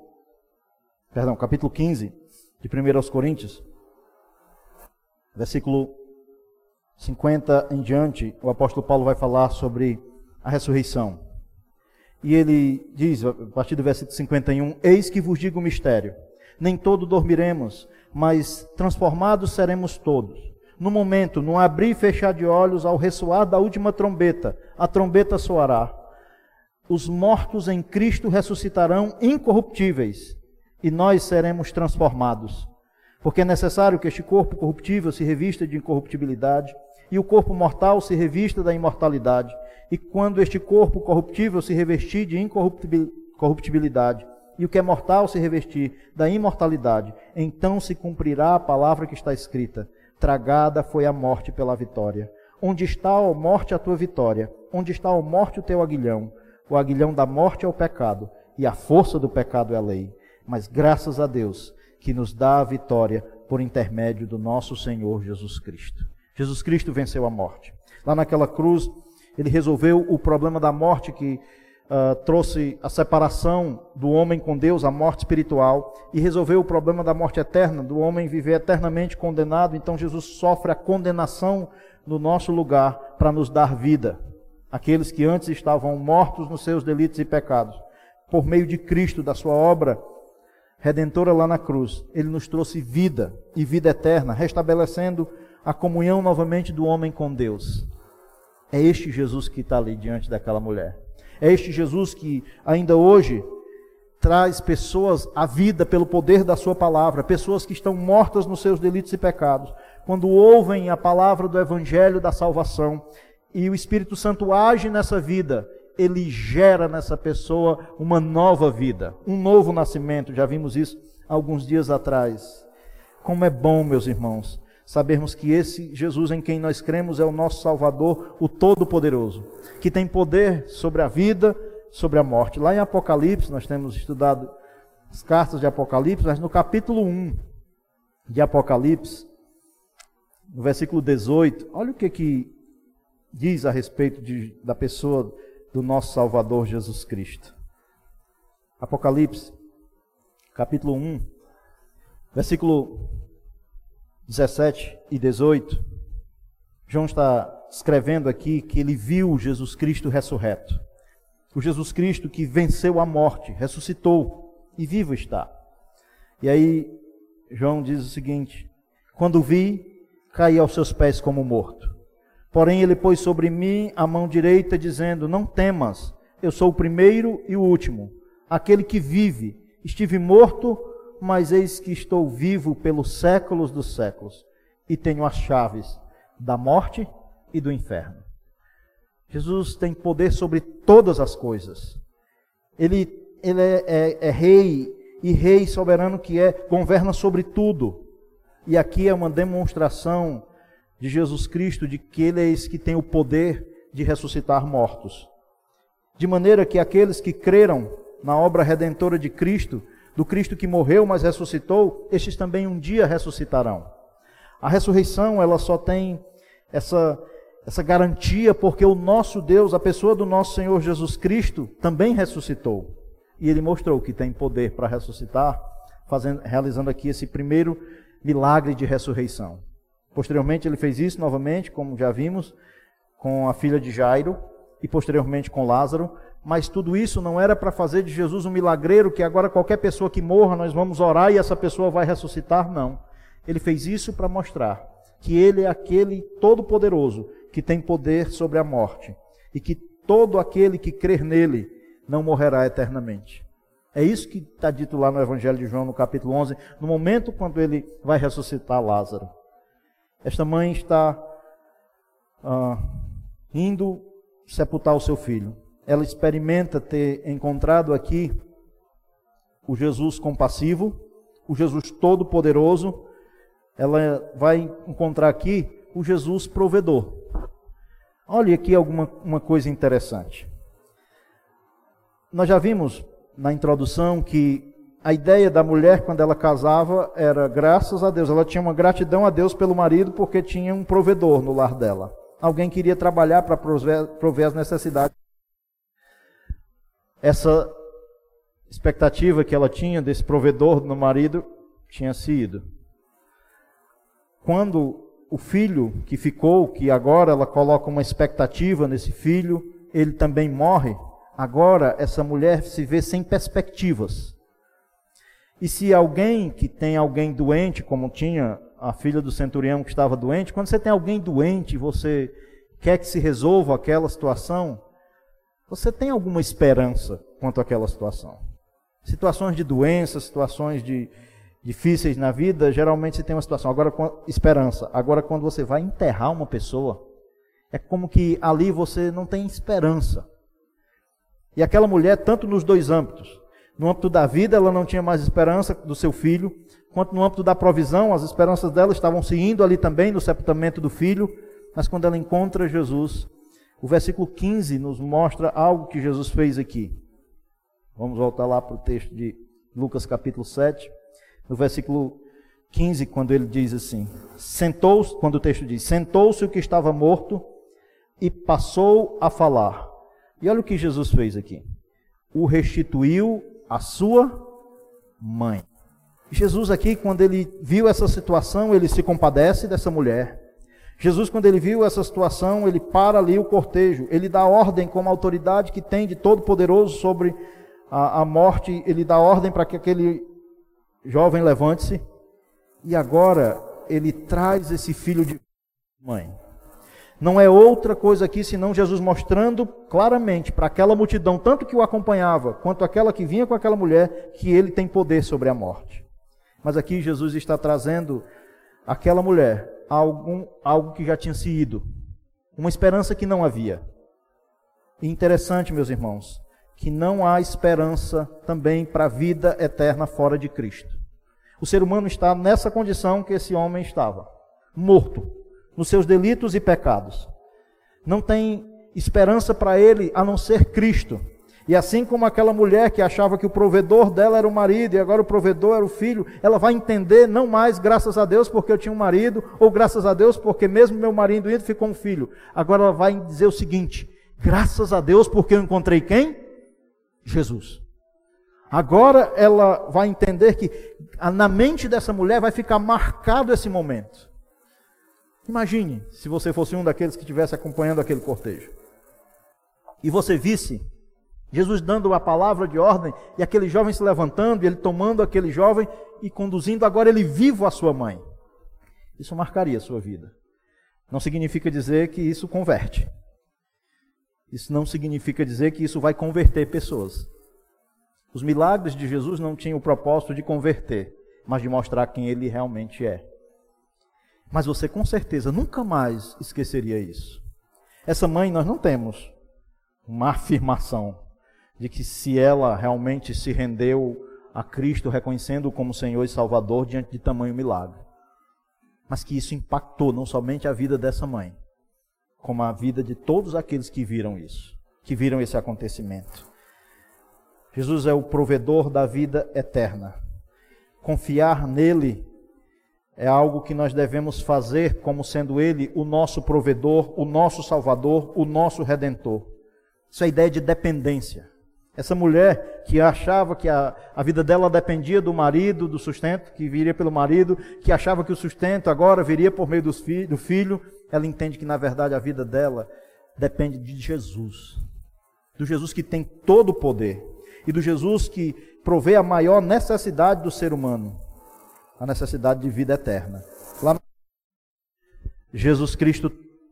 15, de 1 aos Coríntios, versículo 50 em diante, o apóstolo Paulo vai falar sobre a ressurreição. E ele diz, a partir do versículo 51, eis que vos digo o mistério, nem todos dormiremos, mas transformados seremos todos. No momento, no abrir e fechar de olhos, ao ressoar da última trombeta, a trombeta soará. Os mortos em Cristo ressuscitarão incorruptíveis, e nós seremos transformados. Porque é necessário que este corpo corruptível se revista de incorruptibilidade, e o corpo mortal se revista da imortalidade. E quando este corpo corruptível se revestir de incorruptibilidade, e o que é mortal se revestir da imortalidade, então se cumprirá a palavra que está escrita: tragada foi a morte pela vitória. Onde está, ó morte, a tua vitória? Onde está, ó morte, o teu aguilhão? O aguilhão da morte é o pecado, e a força do pecado é a lei. Mas graças a Deus, que nos dá a vitória por intermédio do nosso Senhor Jesus Cristo. Jesus Cristo venceu a morte. Lá naquela cruz, ele resolveu o problema da morte que trouxe a separação do homem com Deus, a morte espiritual, e resolveu o problema da morte eterna, do homem viver eternamente condenado. Então Jesus sofre a condenação no nosso lugar para nos dar vida. Aqueles que antes estavam mortos nos seus delitos e pecados, por meio de Cristo, da sua obra redentora lá na cruz, ele nos trouxe vida e vida eterna, restabelecendo a comunhão novamente do homem com Deus. É este Jesus que está ali diante daquela mulher. É este Jesus que ainda hoje traz pessoas à vida pelo poder da sua palavra, pessoas que estão mortas nos seus delitos e pecados. Quando ouvem a palavra do Evangelho da salvação e o Espírito Santo age nessa vida, ele gera nessa pessoa uma nova vida, um novo nascimento. Já vimos isso alguns dias atrás. Como é bom, meus irmãos, sabermos que esse Jesus em quem nós cremos é o nosso Salvador, o Todo-Poderoso, que tem poder sobre a vida, sobre a morte. Lá em Apocalipse, nós temos estudado as cartas de Apocalipse, mas no capítulo 1 de Apocalipse, no versículo 18, olha o que diz a respeito da pessoa do nosso Salvador Jesus Cristo. Apocalipse, capítulo 1, versículo 17 e 18, João está escrevendo aqui que ele viu Jesus Cristo ressurreto. O Jesus Cristo que venceu a morte, ressuscitou e vivo está. E aí João diz o seguinte: quando vi, caí aos seus pés como morto. Porém ele pôs sobre mim a mão direita, dizendo: não temas, eu sou o primeiro e o último, aquele que vive. Estive morto, mas eis que estou vivo pelos séculos dos séculos, e tenho as chaves da morte e do inferno. Jesus tem poder sobre todas as coisas. Ele é rei, e rei soberano que é, governa sobre tudo. E aqui é uma demonstração de Jesus Cristo, de que Ele é esse que tem o poder de ressuscitar mortos. De maneira que aqueles que creram na obra redentora de Cristo, do Cristo que morreu, mas ressuscitou, estes também um dia ressuscitarão. A ressurreição, ela só tem essa garantia porque o nosso Deus, a pessoa do nosso Senhor Jesus Cristo, também ressuscitou. E Ele mostrou que tem poder para ressuscitar, realizando aqui esse primeiro milagre de ressurreição. Posteriormente Ele fez isso novamente, como já vimos, com a filha de Jairo e posteriormente com Lázaro. Mas tudo isso não era para fazer de Jesus um milagreiro, que agora qualquer pessoa que morra, nós vamos orar e essa pessoa vai ressuscitar, não. Ele fez isso para mostrar que Ele é aquele todo-poderoso, que tem poder sobre a morte, e que todo aquele que crer nele não morrerá eternamente. É isso que está dito lá no Evangelho de João, no capítulo 11, no momento quando Ele vai ressuscitar Lázaro. Esta mãe está indo sepultar o seu filho. Ela experimenta ter encontrado aqui o Jesus compassivo, o Jesus todo-poderoso. Ela vai encontrar aqui o Jesus provedor. Olha aqui uma coisa interessante. Nós já vimos na introdução que a ideia da mulher quando ela casava era graças a Deus. Ela tinha uma gratidão a Deus pelo marido porque tinha um provedor no lar dela. Alguém queria trabalhar para prover as necessidades. Essa expectativa que ela tinha desse provedor no marido tinha sido. Quando o filho que ficou, que agora ela coloca uma expectativa nesse filho, ele também morre, agora essa mulher se vê sem perspectivas. E se alguém que tem alguém doente, como tinha a filha do centurião que estava doente, quando você tem alguém doente e você quer que se resolva aquela situação, você tem alguma esperança quanto àquela situação. Situações de doença, situações difíceis na vida, geralmente você tem uma situação. Agora, esperança. Agora, quando você vai enterrar uma pessoa, é como que ali você não tem esperança. E aquela mulher, tanto nos dois âmbitos, no âmbito da vida, ela não tinha mais esperança do seu filho, quanto no âmbito da provisão, as esperanças dela estavam se indo ali também no sepultamento do filho, mas quando ela encontra Jesus, o versículo 15 nos mostra algo que Jesus fez aqui. Vamos voltar lá para o texto de Lucas capítulo 7, no versículo 15, quando ele diz assim, quando o texto diz, sentou-se o que estava morto e passou a falar. E olha o que Jesus fez aqui. O restituiu à sua mãe. Jesus aqui, quando ele viu essa situação, ele se compadece dessa mulher. Jesus, quando ele viu essa situação, ele para ali o cortejo, ele dá ordem como autoridade que tem de Todo-Poderoso sobre a morte, ele dá ordem para que aquele jovem levante-se, e agora ele traz esse filho de mãe. Não é outra coisa aqui senão Jesus mostrando claramente para aquela multidão, tanto que o acompanhava, quanto aquela que vinha com aquela mulher, que ele tem poder sobre a morte. Mas aqui Jesus está trazendo àquela mulher algo que já tinha se ido, uma esperança que não havia. E interessante, meus irmãos, que não há esperança também para a vida eterna fora de Cristo. O ser humano está nessa condição que esse homem estava, morto, nos seus delitos e pecados. Não tem esperança para ele a não ser Cristo. E assim como aquela mulher que achava que o provedor dela era o marido e agora o provedor era o filho, ela vai entender não mais graças a Deus porque eu tinha um marido, ou graças a Deus porque mesmo meu marido indo ficou um filho. Agora ela vai dizer o seguinte, graças a Deus porque eu encontrei quem? Jesus. Agora ela vai entender que na mente dessa mulher vai ficar marcado esse momento. Imagine se você fosse um daqueles que estivesse acompanhando aquele cortejo. E você visse Jesus dando a palavra de ordem, e aquele jovem se levantando, e ele tomando aquele jovem e conduzindo agora ele vivo à sua mãe. Isso marcaria a sua vida. Não significa dizer que isso converte. Isso não significa dizer que isso vai converter pessoas. Os milagres de Jesus não tinham o propósito de converter, mas de mostrar quem ele realmente é. Mas você com certeza nunca mais esqueceria isso. Essa mãe, nós não temos uma afirmação de que se ela realmente se rendeu a Cristo, reconhecendo-o como Senhor e Salvador diante de tamanho milagre. Mas que isso impactou não somente a vida dessa mãe, como a vida de todos aqueles que viram isso, que viram esse acontecimento. Jesus é o provedor da vida eterna. Confiar nele é algo que nós devemos fazer como sendo ele o nosso provedor, o nosso salvador, o nosso redentor. Isso é a ideia de dependência. Essa mulher que achava que a vida dela dependia do marido, do sustento que viria pelo marido, que achava que o sustento agora viria por meio do filho, ela entende que na verdade a vida dela depende de Jesus. Do Jesus que tem todo o poder e do Jesus que provê a maior necessidade do ser humano, a necessidade de vida eterna. Lá, Jesus Cristo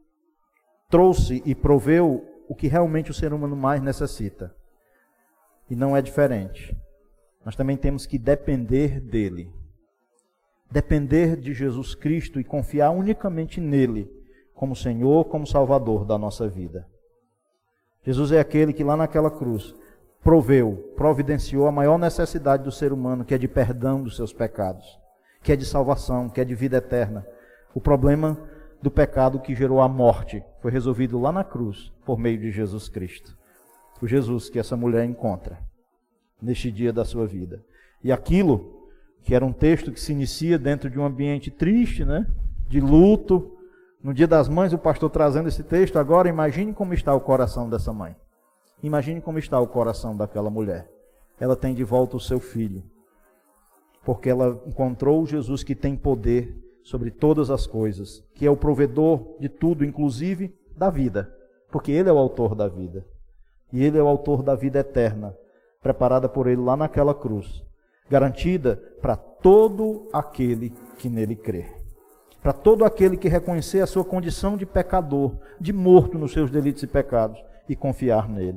trouxe e proveu o que realmente o ser humano mais necessita. E não é diferente. Nós também temos que depender dele. Depender de Jesus Cristo e confiar unicamente nele, como Senhor, como Salvador da nossa vida. Jesus é aquele que lá naquela cruz providenciou a maior necessidade do ser humano, que é de perdão dos seus pecados, que é de salvação, que é de vida eterna. O problema do pecado que gerou a morte foi resolvido lá na cruz, por meio de Jesus Cristo. O Jesus que essa mulher encontra neste dia da sua vida. E aquilo que era um texto que se inicia dentro de um ambiente triste, né? De luto. No Dia das Mães, o pastor trazendo esse texto. Agora imagine como está o coração dessa mãe. Imagine como está o coração daquela mulher. Ela tem de volta o seu filho. Porque ela encontrou o Jesus que tem poder sobre todas as coisas, que é o provedor de tudo, inclusive da vida. Porque ele é o autor da vida. E ele é o autor da vida eterna, preparada por ele lá naquela cruz, garantida para todo aquele que nele crê. Para todo aquele que reconhecer a sua condição de pecador, de morto nos seus delitos e pecados, e confiar nele.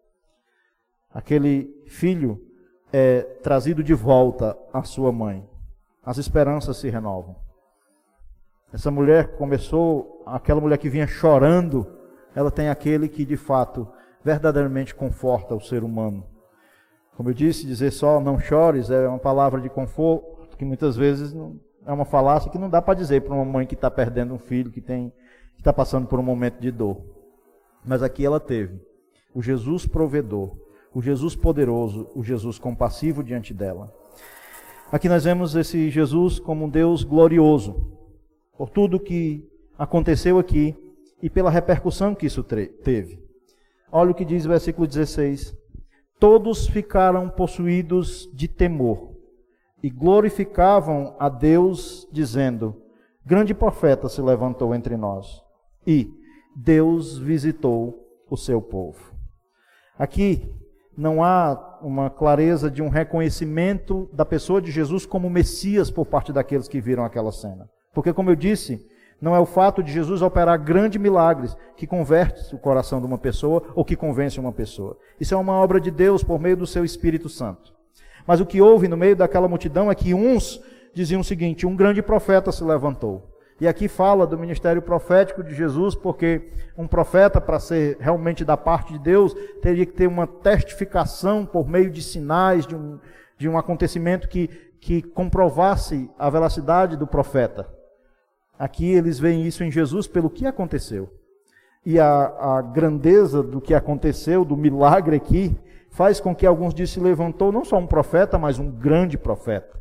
Aquele filho é trazido de volta à sua mãe. As esperanças se renovam. Essa mulher começou, aquela mulher que vinha chorando, ela tem aquele que de fato verdadeiramente conforta o ser humano. Como eu disse, dizer só não chores é uma palavra de conforto que muitas vezes é uma falácia que não dá para dizer para uma mãe que está perdendo um filho, que está passando por um momento de dor. Mas aqui ela teve o Jesus provedor, o Jesus poderoso, o Jesus compassivo diante dela. Aqui nós vemos esse Jesus como um Deus glorioso, por tudo que aconteceu aqui e pela repercussão que isso teve. Olha o que diz o versículo 16. Todos ficaram possuídos de temor e glorificavam a Deus, dizendo: grande profeta se levantou entre nós e Deus visitou o seu povo. Aqui não há uma clareza de um reconhecimento da pessoa de Jesus como Messias por parte daqueles que viram aquela cena. Porque, como eu disse, não é o fato de Jesus operar grandes milagres que converte o coração de uma pessoa ou que convence uma pessoa. Isso é uma obra de Deus por meio do seu Espírito Santo. Mas o que houve no meio daquela multidão é que uns diziam o seguinte: um grande profeta se levantou. E aqui fala do ministério profético de Jesus, porque um profeta, para ser realmente da parte de Deus, teria que ter uma testificação por meio de sinais, de um acontecimento que comprovasse a veracidade do profeta. Aqui eles veem isso em Jesus pelo que aconteceu. E a grandeza do que aconteceu, do milagre aqui, faz com que alguns dizem se levantou não só um profeta, mas um grande profeta.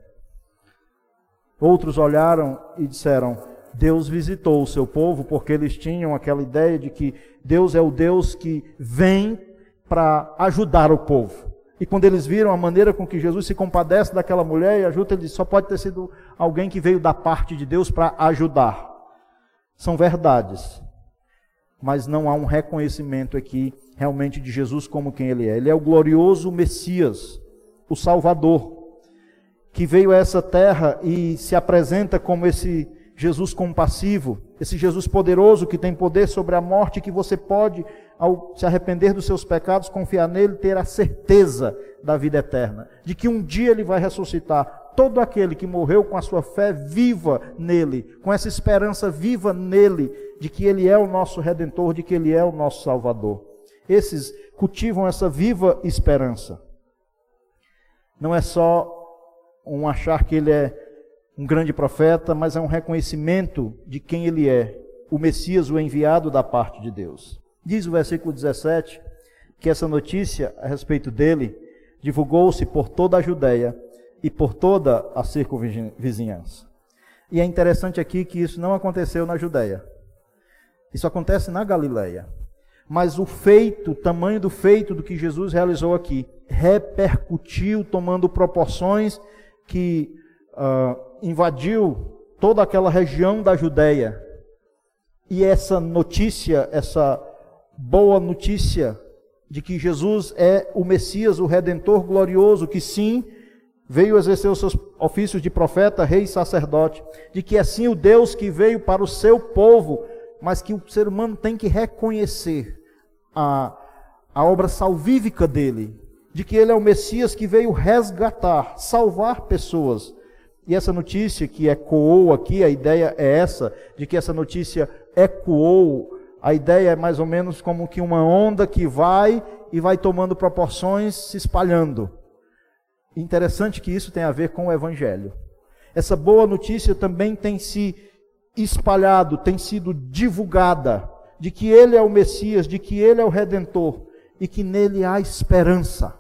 Outros olharam e disseram: Deus visitou o seu povo, porque eles tinham aquela ideia de que Deus é o Deus que vem para ajudar o povo. E quando eles viram a maneira com que Jesus se compadece daquela mulher e ajuda, ele diz: só pode ter sido alguém que veio da parte de Deus para ajudar. São verdades, mas não há um reconhecimento aqui realmente de Jesus como quem ele é. Ele é o glorioso Messias, o Salvador, que veio a essa terra e se apresenta como esse Jesus compassivo, esse Jesus poderoso que tem poder sobre a morte, que você pode, ao se arrepender dos seus pecados, confiar nele, ter a certeza da vida eterna, de que um dia ele vai ressuscitar todo aquele que morreu com a sua fé viva nele, com essa esperança viva nele, de que ele é o nosso Redentor, de que ele é o nosso Salvador. Esses cultivam essa viva esperança. Não é só um achar que ele é um grande profeta, mas é um reconhecimento de quem ele é, o Messias, o enviado da parte de Deus. Diz o versículo 17, que essa notícia a respeito dele divulgou-se por toda a Judéia e por toda a circunvizinhança. E é interessante aqui que isso não aconteceu na Judéia. Isso acontece na Galileia. Mas o feito, o tamanho do feito do que Jesus realizou aqui, repercutiu, tomando proporções que invadiu toda aquela região da Judéia. E essa notícia, essa boa notícia de que Jesus é o Messias, o Redentor glorioso, que sim, veio exercer os seus ofícios de profeta, rei e sacerdote, de que é sim o Deus que veio para o seu povo, mas que o ser humano tem que reconhecer a obra salvífica dele, de que ele é o Messias que veio resgatar, salvar pessoas. E essa notícia que ecoou aqui, a ideia é essa, de que essa notícia ecoou, a ideia é mais ou menos como que uma onda que vai e vai tomando proporções, se espalhando. Interessante que isso tem a ver com o Evangelho. Essa boa notícia também tem se espalhado, tem sido divulgada, de que ele é o Messias, de que ele é o Redentor, e que nele há esperança.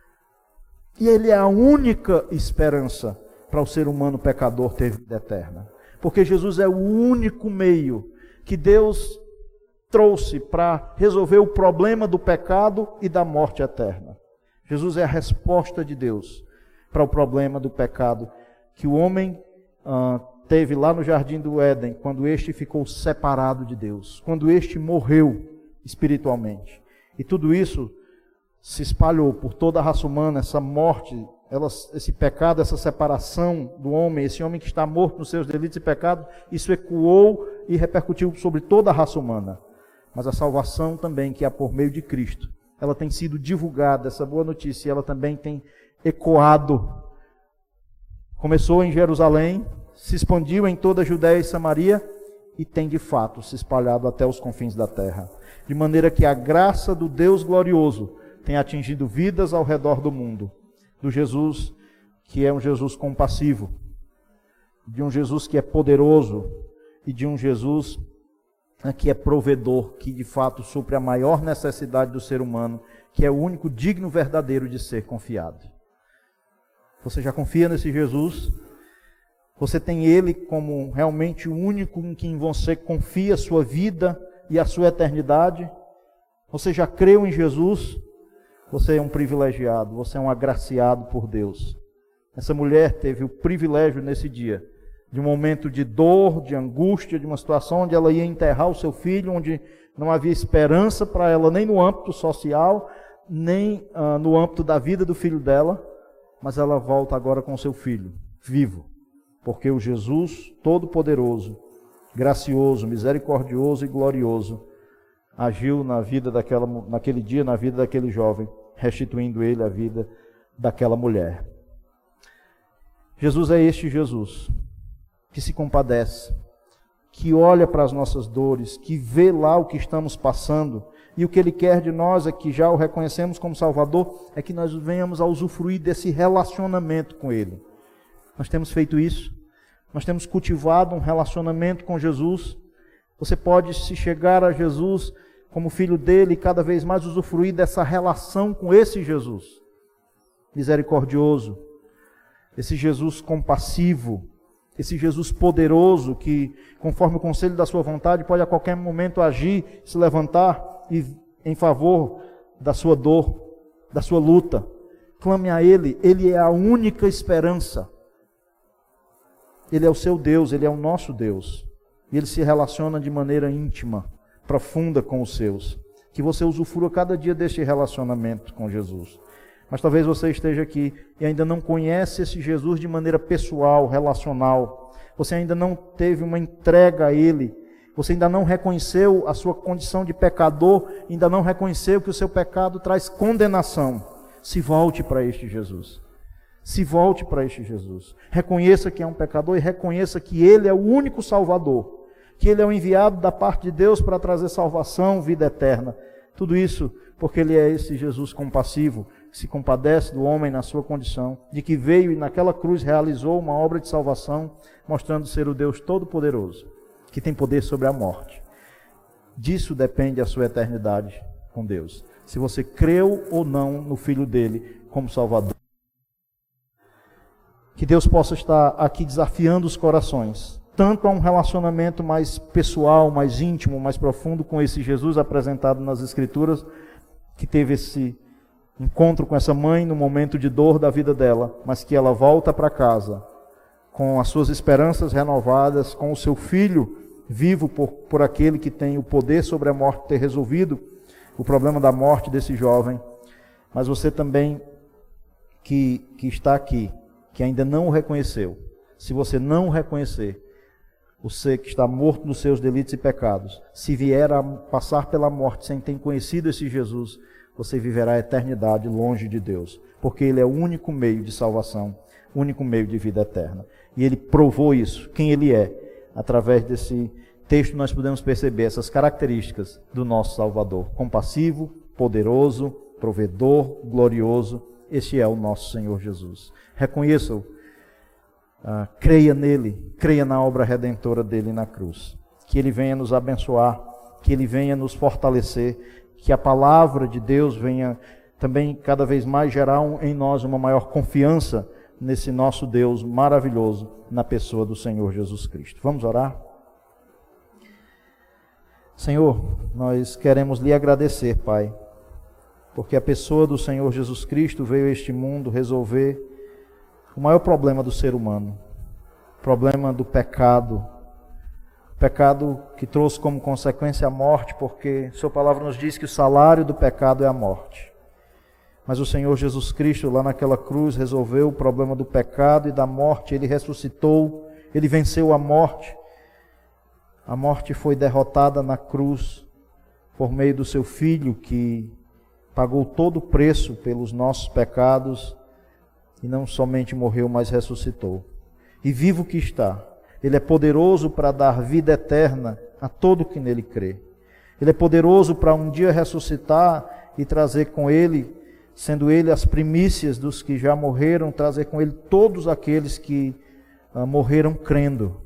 E ele é a única esperança para o ser humano pecador ter vida eterna. Porque Jesus é o único meio que Deus trouxe para resolver o problema do pecado e da morte eterna. Jesus é a resposta de Deus para o problema do pecado que o homem teve lá no Jardim do Éden, quando este ficou separado de Deus, quando este morreu espiritualmente. E tudo isso se espalhou por toda a raça humana, essa morte, esse pecado, essa separação do homem, esse homem que está morto nos seus delitos e pecados, isso ecoou e repercutiu sobre toda a raça humana. Mas a salvação também, que é por meio de Cristo, ela tem sido divulgada, essa boa notícia, ela também tem ecoado. Começou em Jerusalém, se expandiu em toda a Judéia e Samaria e tem de fato se espalhado até os confins da terra. De maneira que a graça do Deus glorioso tem atingido vidas ao redor do mundo. Do Jesus que é um Jesus compassivo, de um Jesus que é poderoso e de um Jesus que é provedor, que de fato supre a maior necessidade do ser humano, que é o único digno verdadeiro de ser confiado. Você já confia nesse Jesus? Você tem Ele como realmente o único em quem você confia a sua vida e a sua eternidade? Você já creu em Jesus? Você é um privilegiado, você é um agraciado por Deus. Essa mulher teve o privilégio nesse dia, de um momento de dor, de angústia, de uma situação onde ela ia enterrar o seu filho, onde não havia esperança para ela, nem no âmbito social, nem no âmbito da vida do filho dela, mas ela volta agora com o seu filho, vivo. Porque o Jesus Todo-Poderoso, gracioso, misericordioso e glorioso, agiu na vida naquele dia, na vida daquele jovem, restituindo ele a vida daquela mulher. Jesus é este Jesus, que se compadece, que olha para as nossas dores, que vê lá o que estamos passando, e o que Ele quer de nós é que já o reconhecemos como Salvador, é que nós venhamos a usufruir desse relacionamento com Ele. Nós temos feito isso, nós temos cultivado um relacionamento com Jesus. Você pode se chegar a Jesus como filho dele e cada vez mais usufruir dessa relação com esse Jesus misericordioso, esse Jesus compassivo, esse Jesus poderoso que, conforme o conselho da sua vontade, pode a qualquer momento agir, se levantar em favor da sua dor, da sua luta. Clame a Ele, Ele é a única esperança. Ele é o seu Deus, Ele é o nosso Deus. E Ele se relaciona de maneira íntima, profunda com os seus. Que você usufrua cada dia deste relacionamento com Jesus. Mas talvez você esteja aqui e ainda não conhece esse Jesus de maneira pessoal, relacional. Você ainda não teve uma entrega a Ele. Você ainda não reconheceu a sua condição de pecador, ainda não reconheceu que o seu pecado traz condenação. Se volte para este Jesus. Se volte para este Jesus. Reconheça que é um pecador e reconheça que Ele é o único Salvador. Que Ele é o enviado da parte de Deus para trazer salvação, vida eterna. Tudo isso porque Ele é esse Jesus compassivo, que se compadece do homem na sua condição, de que veio e naquela cruz realizou uma obra de salvação, mostrando ser o Deus Todo-Poderoso, que tem poder sobre a morte. Disso depende a sua eternidade com Deus. Se você creu ou não no Filho dele como Salvador. Que Deus possa estar aqui desafiando os corações, tanto a um relacionamento mais pessoal, mais íntimo, mais profundo com esse Jesus apresentado nas Escrituras, que teve esse encontro com essa mãe no momento de dor da vida dela, mas que ela volta para casa com as suas esperanças renovadas, com o seu filho vivo por aquele que tem o poder sobre a morte, ter resolvido o problema da morte desse jovem. Mas você também que está aqui, que ainda não o reconheceu, se você não o reconhecer, você que está morto nos seus delitos e pecados, se vier a passar pela morte sem ter conhecido esse Jesus, você viverá a eternidade longe de Deus, porque Ele é o único meio de salvação, o único meio de vida eterna. E Ele provou isso, quem Ele é. Através desse texto nós podemos perceber essas características do nosso Salvador: compassivo, poderoso, provedor, glorioso. Este é o nosso Senhor Jesus. Reconheça-o, creia nele, creia na obra redentora dele na cruz. Que Ele venha nos abençoar, que Ele venha nos fortalecer, que a palavra de Deus venha também cada vez mais gerar em nós uma maior confiança nesse nosso Deus maravilhoso, na pessoa do Senhor Jesus Cristo. Vamos orar? Senhor, nós queremos lhe agradecer, Pai, porque a pessoa do Senhor Jesus Cristo veio a este mundo resolver o maior problema do ser humano, o problema do pecado, pecado que trouxe como consequência a morte, porque sua palavra nos diz que o salário do pecado é a morte. Mas o Senhor Jesus Cristo, lá naquela cruz, resolveu o problema do pecado e da morte. Ele ressuscitou, Ele venceu a morte. A morte foi derrotada na cruz por meio do seu Filho, que pagou todo o preço pelos nossos pecados e não somente morreu, mas ressuscitou. E vivo que está, Ele é poderoso para dar vida eterna a todo que nele crê. Ele é poderoso para um dia ressuscitar e trazer com Ele, sendo Ele as primícias dos que já morreram, trazer com Ele todos aqueles que morreram crendo.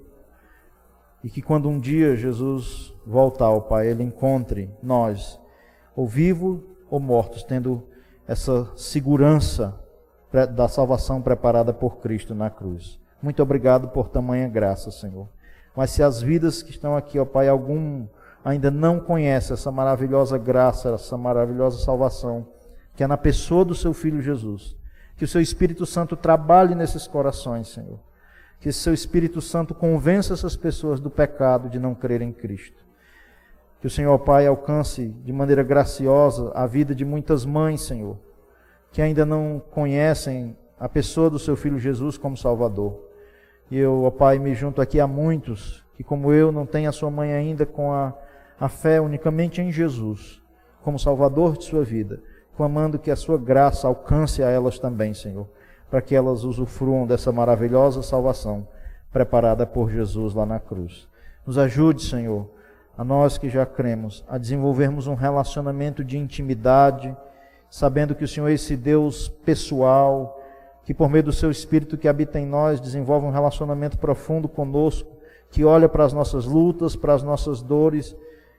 E que quando um dia Jesus voltar ao Pai, Ele encontre nós, ou vivos ou mortos, tendo essa segurança da salvação preparada por Cristo na cruz. Muito obrigado por tamanha graça, Senhor. Mas se as vidas que estão aqui, ó Pai, algum ainda não conhece essa maravilhosa graça, essa maravilhosa salvação, que é na pessoa do seu Filho Jesus, que o seu Espírito Santo trabalhe nesses corações, Senhor. Que o seu Espírito Santo convença essas pessoas do pecado de não crer em Cristo. Que o Senhor, Pai, alcance de maneira graciosa a vida de muitas mães, Senhor, que ainda não conhecem a pessoa do seu Filho Jesus como Salvador. E eu, ó Pai, me junto aqui a muitos que, como eu, não têm a sua mãe ainda com a fé unicamente em Jesus, como Salvador de sua vida, clamando que a sua graça alcance a elas também, Senhor, para que elas usufruam dessa maravilhosa salvação preparada por Jesus lá na cruz. Nos ajude, Senhor, a nós que já cremos, a desenvolvermos um relacionamento de intimidade, sabendo que o Senhor é esse Deus pessoal, que por meio do seu Espírito que habita em nós, desenvolve um relacionamento profundo conosco, que olha para as nossas lutas, para as nossas dores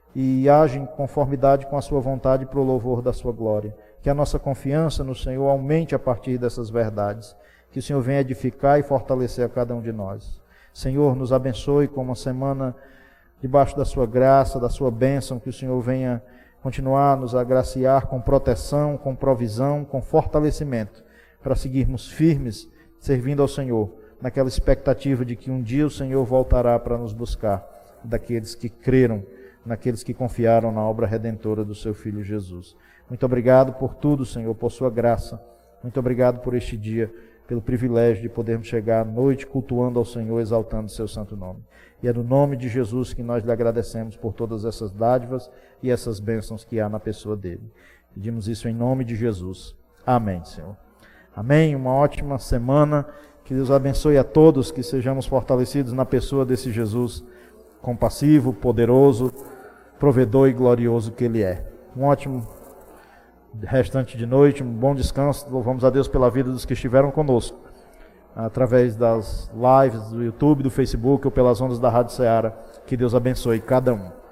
e age em conformidade com a sua vontade para o louvor da sua glória. Que a nossa confiança no Senhor aumente a partir dessas verdades. Que o Senhor venha edificar e fortalecer a cada um de nós. Senhor, nos abençoe com uma semana debaixo da sua graça, da sua bênção. Que o Senhor venha continuar a nos agraciar com proteção, com provisão, com fortalecimento, para seguirmos firmes, servindo ao Senhor, naquela expectativa de que um dia o Senhor voltará para nos buscar, daqueles que creram, naqueles que confiaram na obra redentora do seu Filho Jesus. Muito obrigado por tudo, Senhor, por sua graça. Muito obrigado por este dia, pelo privilégio de podermos chegar à noite cultuando ao Senhor, exaltando o seu santo nome. E é no nome de Jesus que nós lhe agradecemos por todas essas dádivas e essas bênçãos que há na pessoa dele. Pedimos isso em nome de Jesus. Amém, Senhor. Amém? Uma ótima semana. Que Deus abençoe a todos, que sejamos fortalecidos na pessoa desse Jesus compassivo, poderoso, provedor e glorioso que Ele é. Um ótimo restante de noite, um bom descanso. Louvamos a Deus pela vida dos que estiveram conosco, através das lives do YouTube, do Facebook ou pelas ondas da Rádio Ceará. Que Deus abençoe cada um.